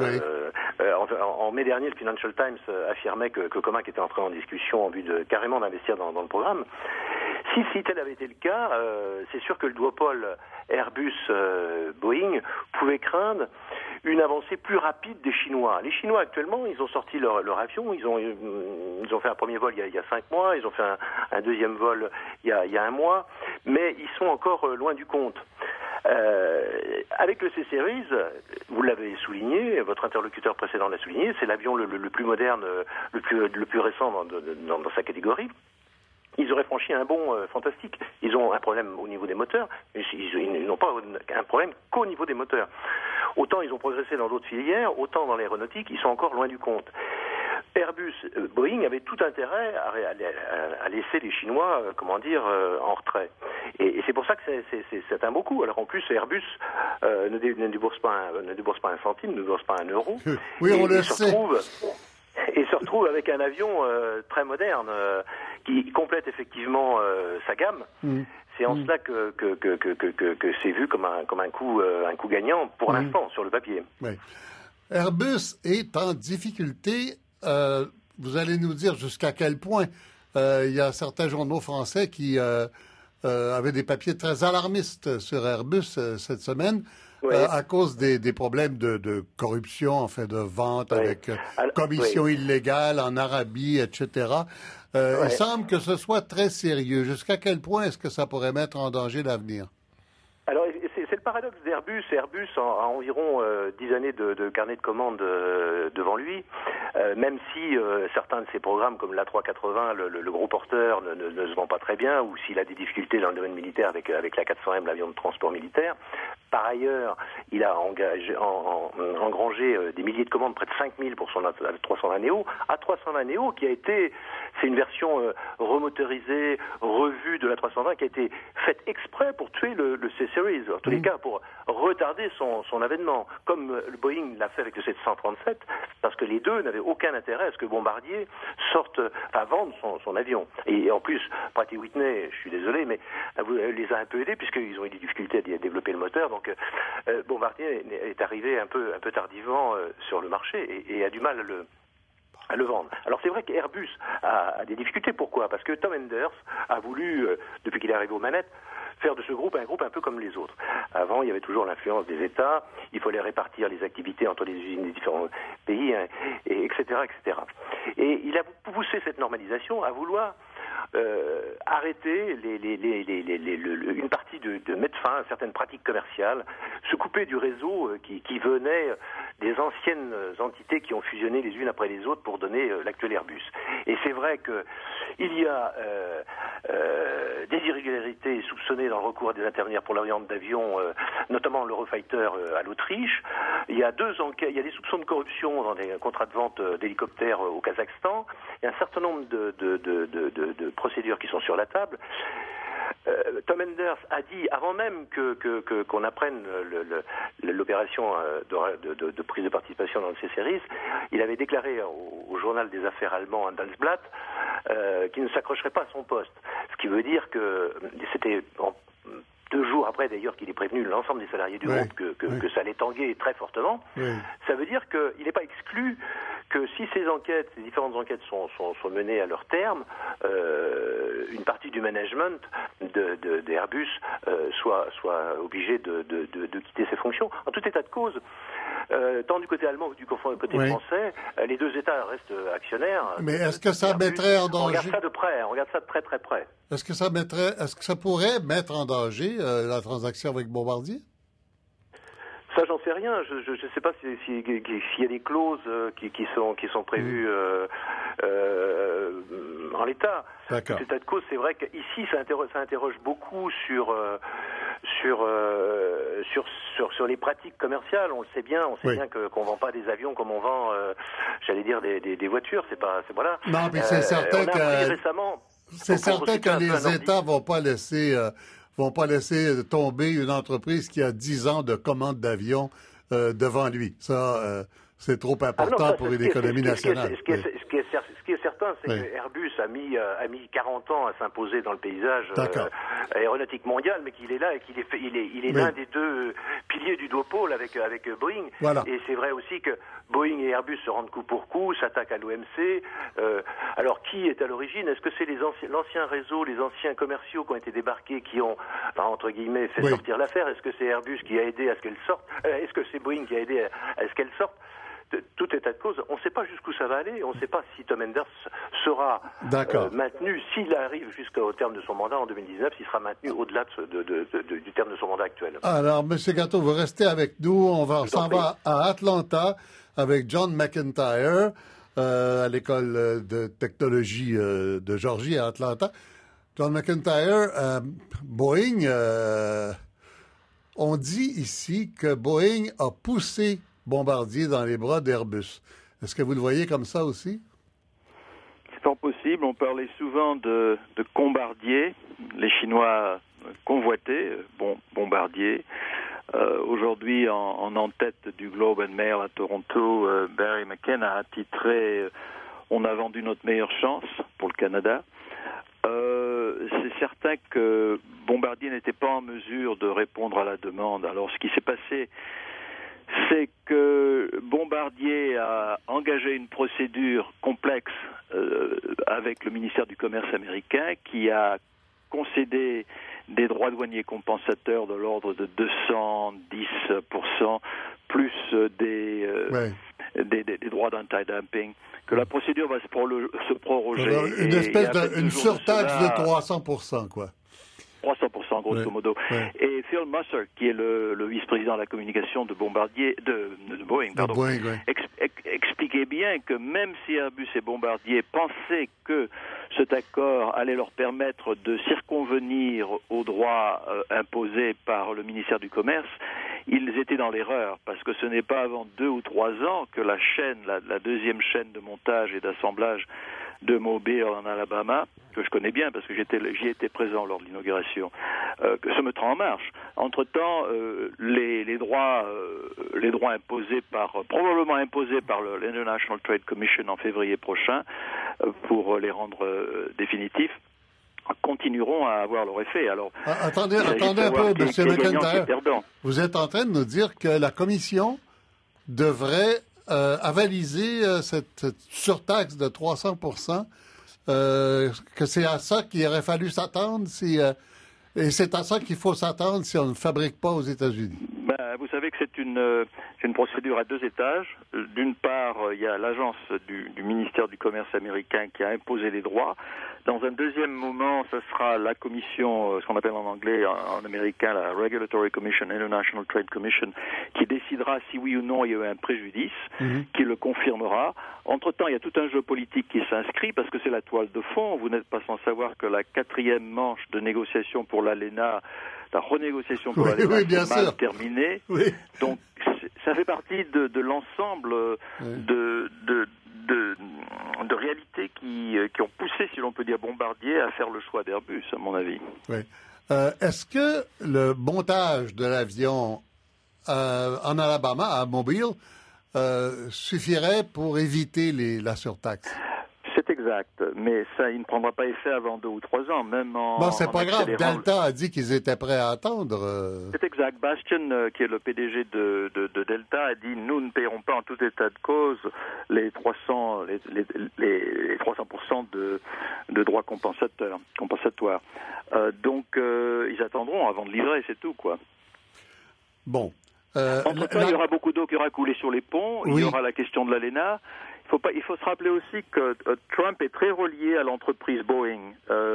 en mai dernier, le Financial Times affirmait que Comac était entré en discussion en vue de carrément d'investir dans le programme. Si tel avait été le cas, c'est sûr que le duopole Airbus-Boeing pouvait craindre une avancée plus rapide des Chinois. Les Chinois actuellement, ils ont sorti leur avion, ils ont fait un premier vol il y a 5 mois, ils ont fait un deuxième vol il y a 1 mois, mais ils sont encore loin du compte. Avec le C-Series, vous l'avez souligné, votre interlocuteur précédent l'a souligné, c'est l'avion le plus moderne, le plus récent dans sa catégorie. Ils auraient franchi un bond fantastique. Ils ont un problème au niveau des moteurs, mais ils n'ont pas un problème qu'au niveau des moteurs. Autant ils ont progressé dans d'autres filières, autant dans l'aéronautique, ils sont encore loin du compte. Airbus, Boeing avaient tout intérêt à laisser les Chinois, en retrait. Et c'est pour ça que c'est un beau coup. Alors en plus, Airbus ne débourse pas un centime, ne débourse pas 1 euro.
Oui, on le sait.
Et se retrouve avec un avion très moderne qui complète effectivement sa gamme. C'est en cela que c'est vu comme un coup gagnant pour l'instant sur le papier.
Oui. Airbus est en difficulté. Vous allez nous dire jusqu'à quel point. Il y a certains journaux français qui avaient des papiers très alarmistes sur Airbus cette semaine. Oui. À cause des problèmes de corruption, en fait, de vente avec commission illégale en Arabie, etc. Il semble que ce soit très sérieux. Jusqu'à quel point est-ce que ça pourrait mettre en danger l'avenir?
Alors, c'est le paradoxe d'Airbus. Airbus a environ 10 années de carnet de commandes devant lui, même si certains de ses programmes, comme l'A380, le gros porteur, ne se vend pas très bien, ou s'il a des difficultés dans le domaine militaire avec la 400M, l'avion de transport militaire. Par ailleurs, il a engrangé des milliers de commandes, près de 5000 pour son A320 Neo. A320 Neo qui a été, c'est une version remotorisée, revue de l'A320 qui a été faite exprès pour tuer le C-Series, en tous les cas pour retarder son avènement, comme le Boeing l'a fait avec le 737, parce que les deux n'avaient aucun intérêt à ce que Bombardier vende son avion. Et en plus, Pratt & Whitney, je suis désolé, mais les a un peu aidés puisqu'ils ont eu des difficultés à développer le moteur. Donc Bombardier est arrivé un peu tardivement sur le marché et a du mal à le vendre. Alors c'est vrai qu'Airbus a des difficultés. Pourquoi? Parce que Tom Enders a voulu, depuis qu'il est arrivé aux manettes, faire de ce groupe un groupe un peu comme les autres. Avant, il y avait toujours l'influence des États, il fallait répartir les activités entre les usines des différents pays, etc., etc. Et il a poussé cette normalisation à vouloir arrêter une partie de mettre fin à certaines pratiques commerciales, se couper du réseau qui venait des anciennes entités qui ont fusionné les unes après les autres pour donner l'actuel Airbus. Et c'est vrai qu'il y a des irrégularités soupçonnées dans le recours à des intermédiaires pour la vente d'avions, notamment l'Eurofighter à l'Autriche. Il y a il y a des soupçons de corruption dans des contrats de vente d'hélicoptères au Kazakhstan. Il y a un certain nombre de procédures qui sont sur la table. Tom Enders a dit, avant même qu'on apprenne l'opération de prise de participation dans le C-Series, il avait déclaré au journal des affaires allemand Handelsblatt qu'il ne s'accrocherait pas à son poste. Ce qui veut dire que c'était 2 jours après d'ailleurs qu'il ait prévenu l'ensemble des salariés du groupe que ça allait tanguer très fortement. Ça veut dire qu'il n'est pas exclu que si ces différentes enquêtes sont menées à leur terme, une partie du management d'Airbus soit obligé de quitter ses fonctions. En tout état de cause, tant du côté allemand que du côté français, les 2 États restent actionnaires.
Mais est-ce que ça mettrait en danger?
On regarde ça de très très près.
Est-ce que ça pourrait mettre en danger la transaction avec Bombardier?
Ça, j'en sais rien. Je ne sais pas s'il y a des clauses qui sont prévues en l'état. D'accord. Cet état de cause, c'est vrai qu'ici, ça interroge beaucoup sur les pratiques commerciales. On le sait bien. On sait bien qu'on vend pas des avions comme on vend, des voitures. Voilà.
Non, mais c'est certain que
récemment.
C'est certain que les États vont pas laisser tomber une entreprise qui a 10 ans de commande d'avions devant lui. Ça, c'est trop important pour une économie nationale.
Ce qui qui est certain, c'est que Airbus a mis 40 ans à s'imposer dans le paysage aéronautique mondial, mais qu'il est là et qu'il est l'un des deux piliers du duopole avec Boeing.
Voilà.
Et c'est vrai aussi que Boeing et Airbus se rendent coup pour coup, s'attaquent à l'OMC. Alors qui est à l'origine? Est-ce que c'est l'ancien réseau, les anciens commerciaux qui ont été débarqués, qui ont, entre guillemets, fait sortir l'affaire? Est-ce que c'est Airbus qui a aidé à ce qu'elle sorte? Est-ce que c'est Boeing qui a aidé à ce qu'elle sorte? Tout état de cause, on ne sait pas jusqu'où ça va aller, on ne sait pas si Tom Enders sera maintenu, s'il arrive jusqu'au terme de son mandat en 2019, s'il sera maintenu au-delà du terme de son mandat actuel.
Alors, M. Gatto, vous restez avec nous, on s'en va à Atlanta avec John McIntyre, à l'école de technologie de Georgie à Atlanta. John McIntyre, Boeing, on dit ici que Boeing a poussé Bombardier dans les bras d'Airbus. Est-ce que vous le voyez comme ça aussi?
C'est fort possible. On parlait souvent de Bombardier, les Chinois convoités, Bombardier. Aujourd'hui, en tête du Globe and Mail à Toronto, Barry McKenna a titré « On a vendu notre meilleure chance pour le Canada ». C'est certain que Bombardier n'était pas en mesure de répondre à la demande. Alors, ce qui s'est passé, c'est que Bombardier a engagé une procédure complexe avec le ministère du Commerce américain qui a concédé des droits douaniers compensateurs de l'ordre de 210%, plus des droits d'anti-dumping, que la procédure va se proroger.
Une espèce une surtaxe de 300%, quoi.
300% grosso modo.
Ouais.
Et Phil Musser, qui est le vice-président de la communication de Bombardier, de Boeing, expliquait bien que même si Airbus et Bombardier pensaient que cet accord allait leur permettre de circonvenir aux droits imposés par le ministère du Commerce, ils étaient dans l'erreur, parce que ce n'est pas avant 2 ou 3 ans que la chaîne, la deuxième chaîne de montage et d'assemblage de Mobile en Alabama, que je connais bien parce que j'y étais présent lors de l'inauguration, que se mettra en marche. Entre-temps, les droits imposés probablement imposés par l'International Trade Commission en février prochain, pour les rendre définitifs, continueront à avoir leur effet. Alors,
attendez un peu, M. McIntyre. Vous êtes en train de nous dire que la Commission devrait avaliser cette surtaxe de 300%, que c'est à ça qu'il aurait fallu s'attendre et c'est à ça qu'il faut s'attendre si on ne fabrique pas aux États-Unis.
Vous savez que c'est une procédure à 2 étages. D'une part, il y a l'agence du ministère du Commerce américain qui a imposé les droits. Dans un deuxième moment, ce sera la commission, ce qu'on appelle en anglais, en américain, la Regulatory Commission, International Trade Commission, qui décidera si oui ou non il y a eu un préjudice, qui le confirmera. Entre-temps, il y a tout un jeu politique qui s'inscrit, parce que c'est la toile de fond. Vous n'êtes pas sans savoir que la 4e manche de négociation pour l'ALENA, la renégociation pour l'ALENA est mal terminée. Oui. Donc, ça fait partie de l'ensemble de réalités qui ont poussé, si l'on peut dire, Bombardier à faire le choix d'Airbus, à mon avis.
Oui. Est-ce que le montage de l'avion en Alabama, à Mobile, suffirait pour éviter la surtaxe?
C'est exact, mais ça, il ne prendra pas effet avant 2 ou 3 ans, même en...
Bon, c'est pas grave, Delta a dit qu'ils étaient prêts à attendre.
C'est exact. Bastian, qui est le PDG de Delta, a dit « Nous ne payerons pas en tout état de cause les 300% de droits compensatoires. Donc, ils attendront avant de livrer, c'est tout, quoi. »
Bon.
Entre-temps, il y aura beaucoup d'eau qui aura coulé sur les ponts, il y aura la question de l'ALENA. Il faut se rappeler aussi que Trump est très relié à l'entreprise Boeing.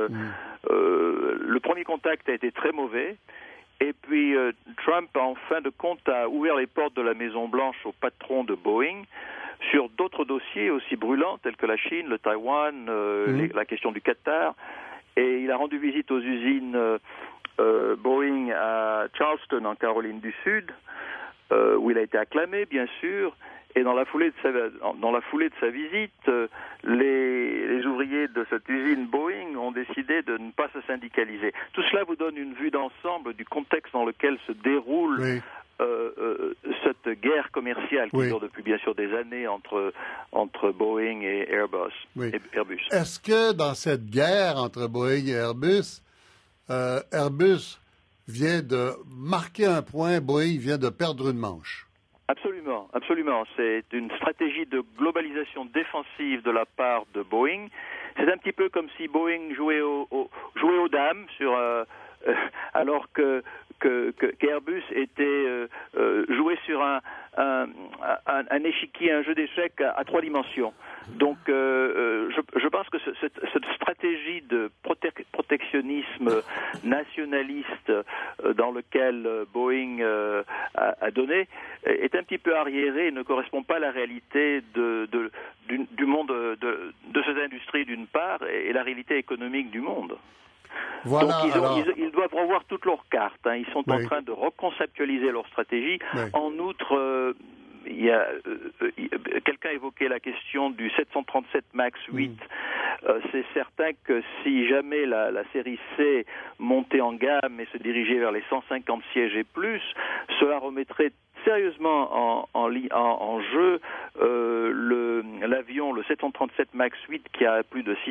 Le premier contact a été très mauvais. Et puis Trump, en fin de compte, a ouvert les portes de la Maison-Blanche au patron de Boeing sur d'autres dossiers aussi brûlants, tels que la Chine, le Taïwan, la question du Qatar. Et il a rendu visite aux usines Boeing à Charleston, en Caroline du Sud, où il a été acclamé, bien sûr. Et dans la foulée de sa visite, les ouvriers de cette usine Boeing ont décidé de ne pas se syndicaliser. Tout cela vous donne une vue d'ensemble du contexte dans lequel se déroule cette guerre commerciale qui dure depuis bien sûr des années entre Boeing et Airbus.
Est-ce que dans cette guerre entre Boeing et Airbus, Airbus vient de marquer un point, Boeing vient de perdre une manche?
Absolument, absolument. C'est une stratégie de globalisation défensive de la part de Boeing. C'est un petit peu comme si Boeing jouait aux dames alors qu'Airbus était joué sur un échiquier, un jeu d'échecs à 3 dimensions. Donc, je pense que cette stratégie de protectionnisme nationaliste dans lequel Boeing a donné est un petit peu arriérée et ne correspond pas à la réalité du monde de cette industrie d'une part et la réalité économique du monde.
Voilà,
donc ils doivent revoir toutes leurs cartes. Ils sont en train de reconceptualiser leur stratégie. En outre, quelqu'un a évoqué la question du 737 MAX 8. C'est certain que si jamais la série C montait en gamme et se dirigeait vers les 150 sièges et plus, cela remettrait sérieusement en jeu l'avion, le 737 MAX 8 qui a plus de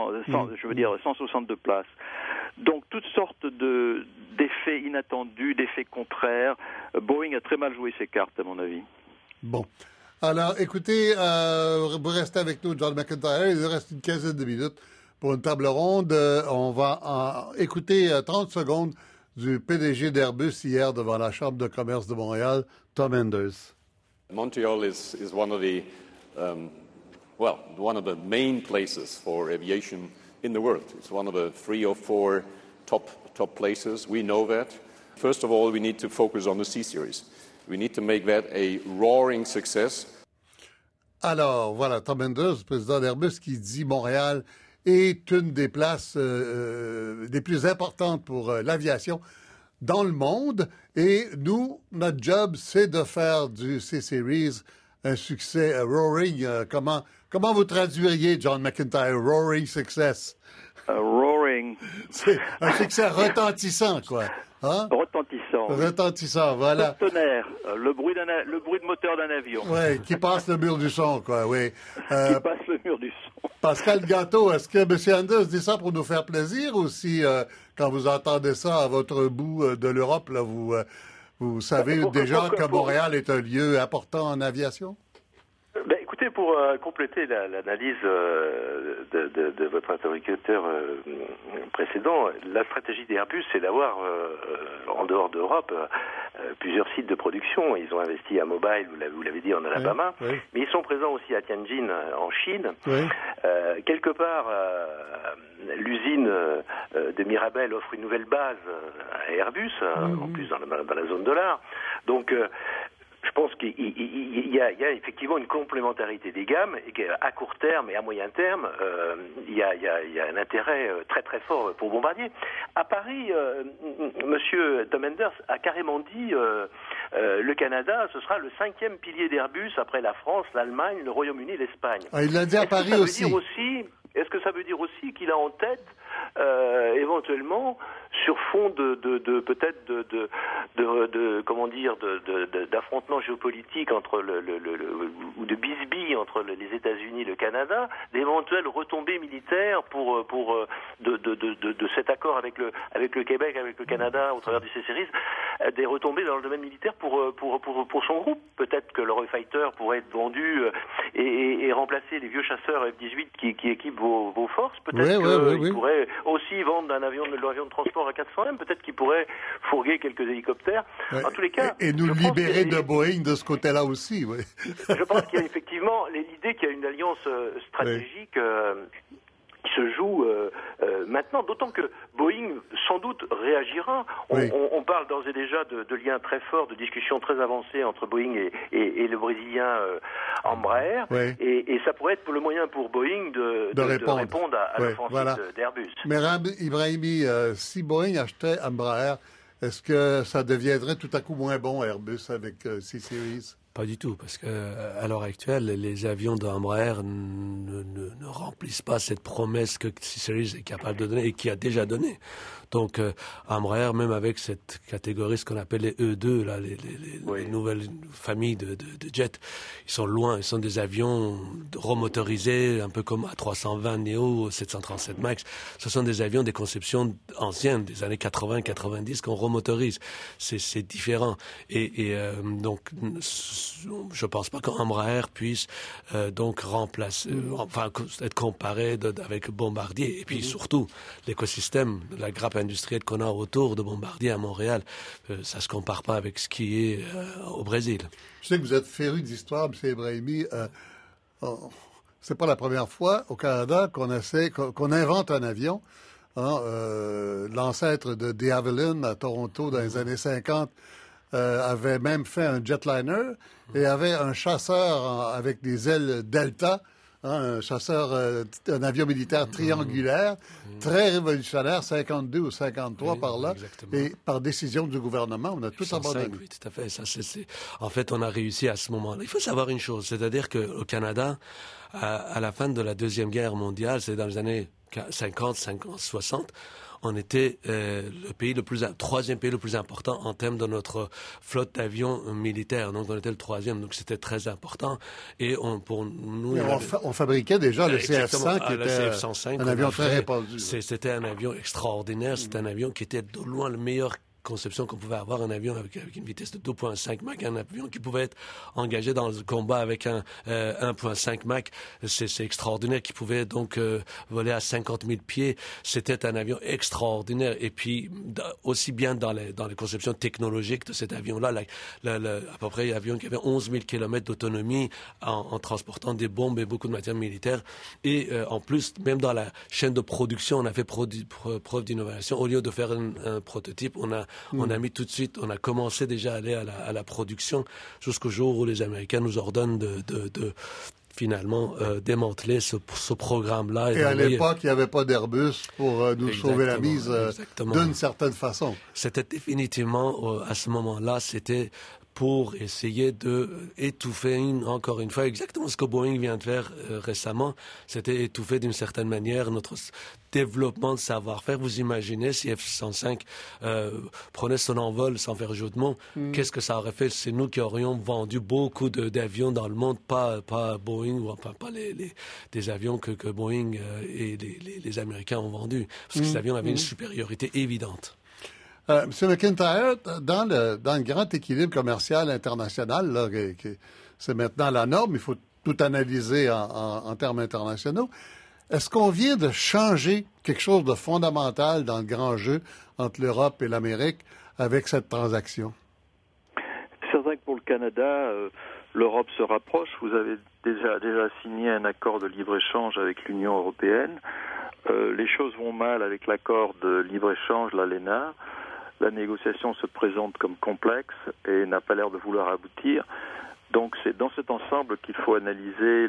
162 places. Donc toutes sortes d'effets inattendus, d'effets contraires. Boeing a très mal joué ses cartes à mon avis.
Bon. Alors, écoutez, vous restez avec nous, John McIntyre. Il nous reste une quinzaine de minutes pour une table ronde. On va écouter 30 secondes du PDG d'Airbus hier devant la Chambre de commerce de Montréal, Tom Enders.
Montreal is one of the one of the main places for aviation in the world. It's one of the 3 or 4 top places. We know that. First of all, we need to focus on the C-Series. We need to make that a roaring success.
Alors, voilà, Tom Enders, président d'Airbus, qui dit Montréal est une des places les plus importantes pour l'aviation dans le monde. Et nous, notre job, c'est de faire du C-Series un succès roaring. Comment vous traduiriez, John McIntyre, roaring success?
Roaring.
C'est un succès retentissant, quoi. Hein? Retentissant, voilà.
Le tonnerre, le bruit de moteur d'un avion.
Oui, qui passe le mur du son, quoi, oui.
Qui passe le mur du son.
Pascal Gâteau, est-ce que M. Enders dit ça pour nous faire plaisir ou si, quand vous entendez ça à votre bout de l'Europe, là, vous savez déjà que Montréal est un lieu important en aviation?
Écoutez, pour compléter l'analyse de votre interlocuteur précédent, la stratégie d'Airbus, c'est d'avoir, en dehors d'Europe, plusieurs sites de production. Ils ont investi à Mobile, vous l'avez dit, en Alabama, mais ils sont présents aussi à Tianjin, en Chine. Quelque part, l'usine de Mirabel offre une nouvelle base à Airbus, en plus dans la zone $. Donc, je pense qu'il y a effectivement une complémentarité des gammes et qu'à court terme et à moyen terme, il y a un intérêt très très fort pour Bombardier. À Paris, Monsieur Tom Enders a carrément dit le Canada, ce sera le 5e pilier d'Airbus après la France, l'Allemagne, le Royaume-Uni, l'Espagne.
Il l'a dit à Paris aussi.
Est-ce que ça veut dire aussi qu'il a en tête éventuellement sur fond peut-être d'affrontements géopolitiques entre ou de bisbilles entre les États-Unis et le Canada, d'éventuelles retombées militaires de cet accord avec le Québec, avec le Canada au travers du C-Series, des retombées dans le domaine militaire pour son groupe. Peut-être que l'Eurofighter pourrait être vendu et remplacer les vieux chasseurs F-18 qui équipent vos forces. Peut-être qu'il pourrait aussi vendre l'avion de transport à 400M. Peut-être qu'il pourrait fourguer quelques hélicoptères. En tous les cas,
et nous libérer de Boeing de ce côté-là aussi. Oui.
Je pense qu'il y a effectivement l'idée qu'il y a une alliance stratégique qui se joue maintenant, d'autant que Boeing sans doute réagira. On parle d'ores et déjà de liens très forts, de discussions très avancées entre Boeing et le Brésilien Embraer, et ça pourrait être le moyen pour Boeing de répondre à l'offensive d'Airbus.
Mais Ibrahimi, si Boeing achetait Embraer, est-ce que ça deviendrait tout à coup moins bon Airbus avec C-Series?
Pas du tout, parce que à l'heure actuelle, les avions d'Embraer ne remplissent pas cette promesse que C-Series est capable de donner et qui a déjà donné. Donc, Embraer, même avec cette catégorie, ce qu'on appelle les E2, là, les nouvelles familles de jets, ils sont loin. Ils sont des avions remotorisés, un peu comme A320 Neo, 737 MAX. Ce sont des avions des conceptions anciennes, des années 80-90, qu'on remotorise. C'est différent. Et donc, je pense pas qu'Embraer puisse donc remplacer, être comparé avec Bombardier. Et puis surtout, l'écosystème, la grappe industrielle qu'on a autour de Bombardier à Montréal, ça se compare pas avec ce qui est au Brésil.
Je sais que vous êtes féru d'histoire, M. Ebrahimi. C'est pas la première fois au Canada qu'on invente un avion. L'ancêtre de De Havilland à Toronto dans les années 50 avait même fait un jetliner et avait un chasseur avec des ailes Delta, un un avion militaire triangulaire, très révolutionnaire, 52 ou 53 par là, exactement. Et par décision du gouvernement, on a tout abandonné.
Oui, tout à fait. En fait, on a réussi à ce moment-là. Il faut savoir une chose, c'est-à-dire qu'au Canada, à la fin de la Deuxième Guerre mondiale, c'est dans les années 50, 60, on était troisième pays le plus important en termes de notre flotte d'avions militaires. Donc, on était le troisième. Donc, c'était très important. Et pour nous...
On fabriquait déjà le CF-100 qui était un avion très répandu.
C'était un avion extraordinaire. C'était un avion qui était de loin le meilleur conception qu'on pouvait avoir un avion avec une vitesse de 2.5 Mach, un avion qui pouvait être engagé dans le combat avec un 1.5 Mach, c'est extraordinaire, qui pouvait donc voler à 50 000 pieds. C'était un avion extraordinaire. Et puis, aussi bien dans les conceptions technologiques de cet avion-là, à peu près un avion qui avait 11 000 km d'autonomie en transportant des bombes et beaucoup de matières militaires. Et en plus, même dans la chaîne de production, on a fait preuve d'innovation. Au lieu de faire un prototype, on a mis tout de suite, on a commencé déjà à aller à la production jusqu'au jour où les Américains nous ordonnent de finalement démanteler ce programme-là.
Et à l'époque, il n'y avait pas d'Airbus pour nous sauver la mise d'une certaine façon.
C'était définitivement, à ce moment-là, c'était pour essayer de étouffer encore une fois exactement ce que Boeing vient de faire récemment, c'était étouffer d'une certaine manière notre développement de savoir-faire. Vous imaginez si F-105 prenait son envol sans faire jeu de mots, qu'est-ce que ça aurait fait? C'est nous qui aurions vendu beaucoup d'avions dans le monde, pas Boeing, ou enfin pas des avions que Boeing et les Américains ont vendus, parce que ces avions avaient une supériorité évidente.
Monsieur McIntyre, dans le grand équilibre commercial international, là, c'est maintenant la norme, il faut tout analyser en termes internationaux. Est-ce qu'on vient de changer quelque chose de fondamental dans le grand jeu entre l'Europe et l'Amérique avec cette transaction?
C'est certain que pour le Canada, l'Europe se rapproche. Vous avez déjà signé un accord de libre-échange avec l'Union européenne. Les choses vont mal avec l'accord de libre-échange, l'ALENA. La négociation se présente comme complexe et n'a pas l'air de vouloir aboutir. Donc c'est dans cet ensemble qu'il faut analyser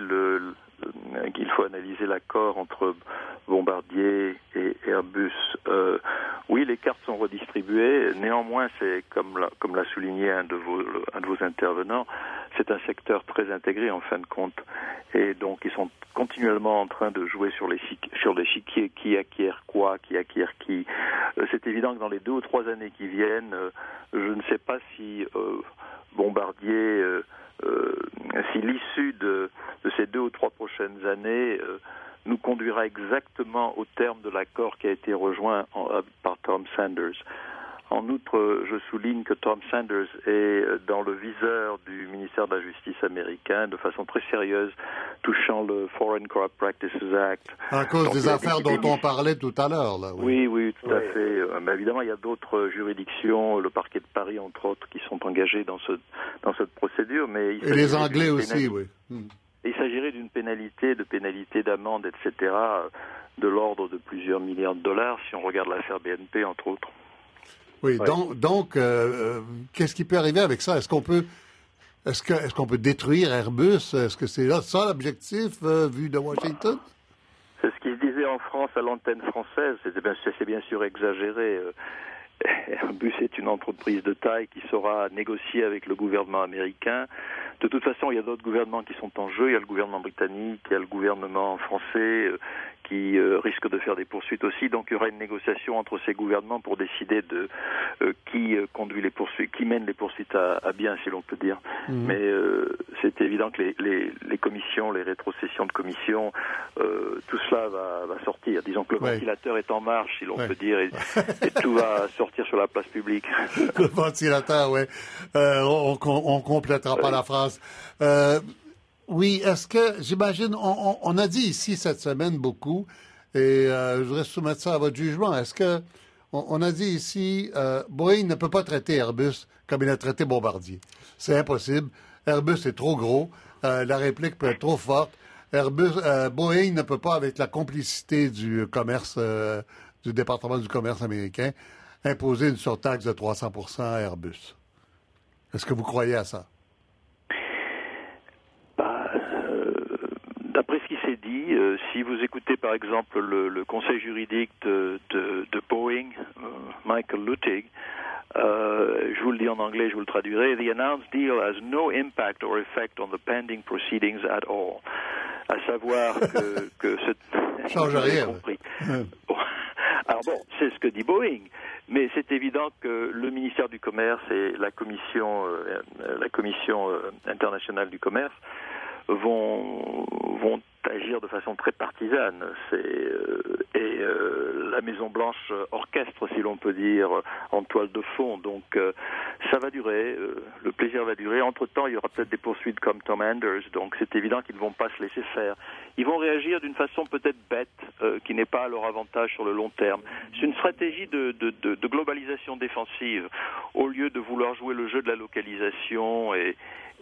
l'accord entre Bombardier et Airbus. Oui, les cartes sont redistribuées. Néanmoins, c'est comme l'a souligné un de vos intervenants, c'est un secteur très intégré en fin de compte. Et donc ils sont continuellement en train de jouer sur l'échiquier qui acquiert quoi, qui acquiert qui. C'est évident que dans les 2 ou 3 années qui viennent, je ne sais pas si Bombardier, si l'issue de ces 2 ou 3 prochaines années nous conduira exactement au terme de l'accord qui a été rejoint par Tom Sanders. En outre, je souligne que Tom Sanders est dans le viseur du ministère de la Justice américain de façon très sérieuse, touchant le Foreign Corrupt Practices Act.
À cause des affaires dont on parlait tout à l'heure, là.
Oui, tout à fait. Mais évidemment, il y a d'autres juridictions, le parquet de Paris, entre autres, qui sont engagés dans cette procédure. Mais
et les Anglais aussi, oui.
Il s'agirait d'une pénalité d'amende, etc., de l'ordre de plusieurs milliards de dollars, si on regarde l'affaire BNP, entre autres.
Oui, ouais. Donc qu'est-ce qui peut arriver avec ça? Est-ce qu'on peut détruire Airbus? Est-ce que c'est ça l'objectif vu de Washington?
C'est ce qui se disait en France à l'antenne française. C'est bien sûr exagéré. Airbus est une entreprise de taille qui saura négocier avec le gouvernement américain. De toute façon, il y a d'autres gouvernements qui sont en jeu. Il y a le gouvernement britannique, il y a le gouvernement français qui risquent de faire des poursuites aussi. Donc il y aura une négociation entre ces gouvernements pour décider de qui conduit les poursuites, qui mène les poursuites à bien, si l'on peut dire. Mais c'est évident que les commissions, les rétrocessions de commissions, tout cela va sortir. Disons que le ventilateur est en marche, si l'on peut dire, et tout va sortir sur la place publique.
Le ventilateur, oui. On complétera pas la phrase. Oui, est-ce que, j'imagine, on a dit ici cette semaine beaucoup, et je voudrais soumettre ça à votre jugement. Est-ce que, on a dit ici, Boeing ne peut pas traiter Airbus comme il a traité Bombardier. C'est impossible. Airbus est trop gros. La réplique peut être trop forte. Boeing ne peut pas, avec la complicité du commerce, du département du commerce américain, imposer une surtaxe de 300% à Airbus. Est-ce que vous croyez à ça?
D'après ce qui s'est dit, si vous écoutez par exemple le conseil juridique de Boeing, Michael Luttig, je vous le dis en anglais, je vous le traduirai. The announced deal has no impact or effect on the pending proceedings at all. À savoir que ce...
change rien.
Compris. Alors bon, c'est ce que dit Boeing, mais c'est évident que le ministère du Commerce et la commission internationale du commerce vont agir de façon très partisane. La Maison-Blanche orchestre, si l'on peut dire, en toile de fond. Donc ça va durer, le plaisir va durer. Entre-temps, il y aura peut-être des poursuites comme Tom Anders, donc c'est évident qu'ils ne vont pas se laisser faire. Ils vont réagir d'une façon peut-être bête, qui n'est pas à leur avantage sur le long terme. C'est une stratégie de globalisation défensive, au lieu de vouloir jouer le jeu de la localisation et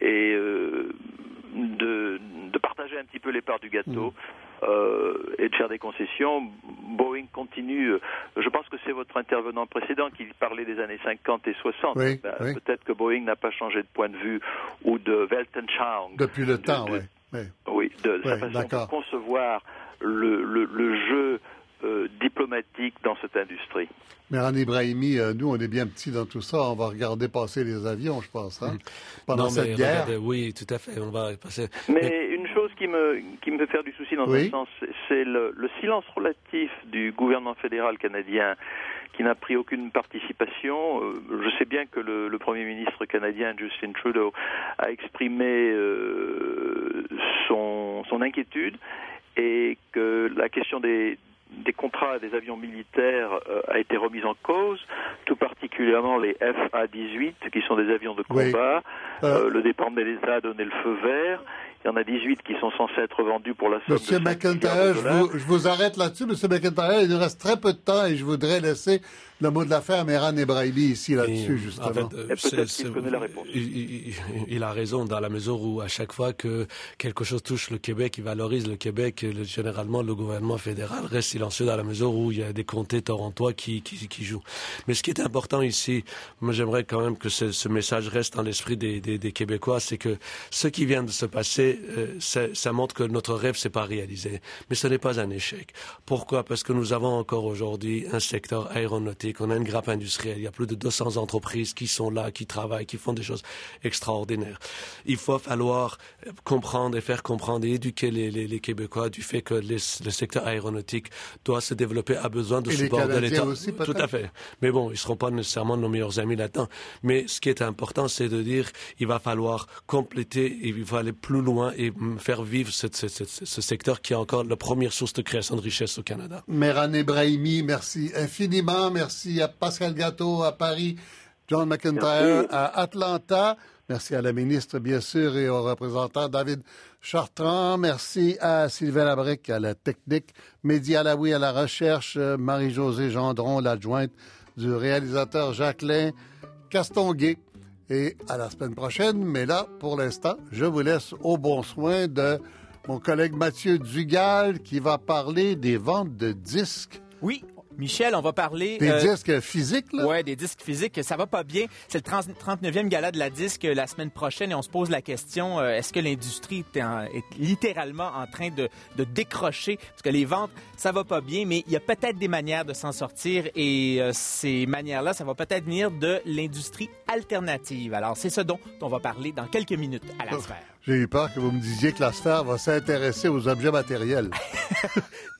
de partager un petit peu les parts du gâteau et de faire des concessions. Boeing continue. Je pense que c'est votre intervenant précédent qui parlait des années 50 et 60.
Oui.
Peut-être que Boeing n'a pas changé de point de vue ou de Weltanschauung.
Depuis le temps, oui.
Oui, de sa façon de concevoir le jeu diplomatique dans cette industrie.
Mehran Ebrahimi, nous, on est bien petits dans tout ça. On va regarder passer les avions, je pense, pendant cette guerre.
Oui, tout à fait. On va passer.
Mais une chose qui me fait faire du souci dans un sens, c'est le silence relatif du gouvernement fédéral canadien qui n'a pris aucune participation. Je sais bien que le Premier ministre canadien, Justin Trudeau, a exprimé son inquiétude et que la question des contrats des avions militaires a été remise en cause, tout particulièrement les FA-18, qui sont des avions de combat. Le département de l'État a donné le feu vert. Il y en a 18 qui sont censés être vendus pour la somme
Monsieur
de
McIntyre, je vous arrête là-dessus. Monsieur McIntyre, il nous reste très peu de temps et je voudrais laisser le mot de l'affaire à Mehran Ebrahimi ici, là-dessus, justement.
En fait, peut-être qu'il connaît la réponse.
Il a raison dans la mesure où à chaque fois que quelque chose touche le Québec, il valorise le Québec. Généralement, le gouvernement fédéral reste silencieux dans la mesure où il y a des comtés torontois qui jouent. Mais ce qui est important ici, moi j'aimerais quand même que ce message reste dans l'esprit des Québécois, c'est que ce qui vient de se passer, ça montre que notre rêve s'est pas réalisé. Mais ce n'est pas un échec. Pourquoi? Parce que nous avons encore aujourd'hui un secteur aéronautique. On a une grappe industrielle. Il y a plus de 200 entreprises qui sont là, qui travaillent, qui font des choses extraordinaires. Il faut falloir comprendre et faire comprendre et éduquer les Québécois du fait que le secteur aéronautique doit se développer, a besoin de support de l'État.
Aussi,
tout à fait. Mais bon, ils seront pas nécessairement nos meilleurs amis là-dedans. Mais ce qui est important, c'est de dire, il va falloir compléter et il va aller plus loin et faire vivre ce secteur qui est encore la première source de création de richesse au Canada.
Mehran Ebrahimi, merci infiniment. Merci à Pascal Gâteau à Paris, John McIntyre à Atlanta. Merci à la ministre, bien sûr, et au représentant David Chartrand. Merci à Sylvain Labrec à la technique, Mehdi Alaoui à la recherche, Marie-Josée Gendron, l'adjointe du réalisateur Jacqueline Castonguay. Et à la semaine prochaine, mais là, pour l'instant, je vous laisse au bon soin de mon collègue Mathieu Dugal qui va parler des ventes de disques.
Oui, Michel, on va parler...
Des disques physiques, là?
Oui, des disques physiques. Ça va pas bien. C'est le 39e gala de la disque la semaine prochaine et on se pose la question, est-ce que l'industrie est littéralement en train de décrocher? Parce que les ventes, ça va pas bien, mais il y a peut-être des manières de s'en sortir et ces manières-là, ça va peut-être venir de l'industrie alternative. Alors, c'est ce dont on va parler dans quelques minutes à la Sphère.
J'ai eu peur que vous me disiez que la Sphère va s'intéresser aux objets matériels.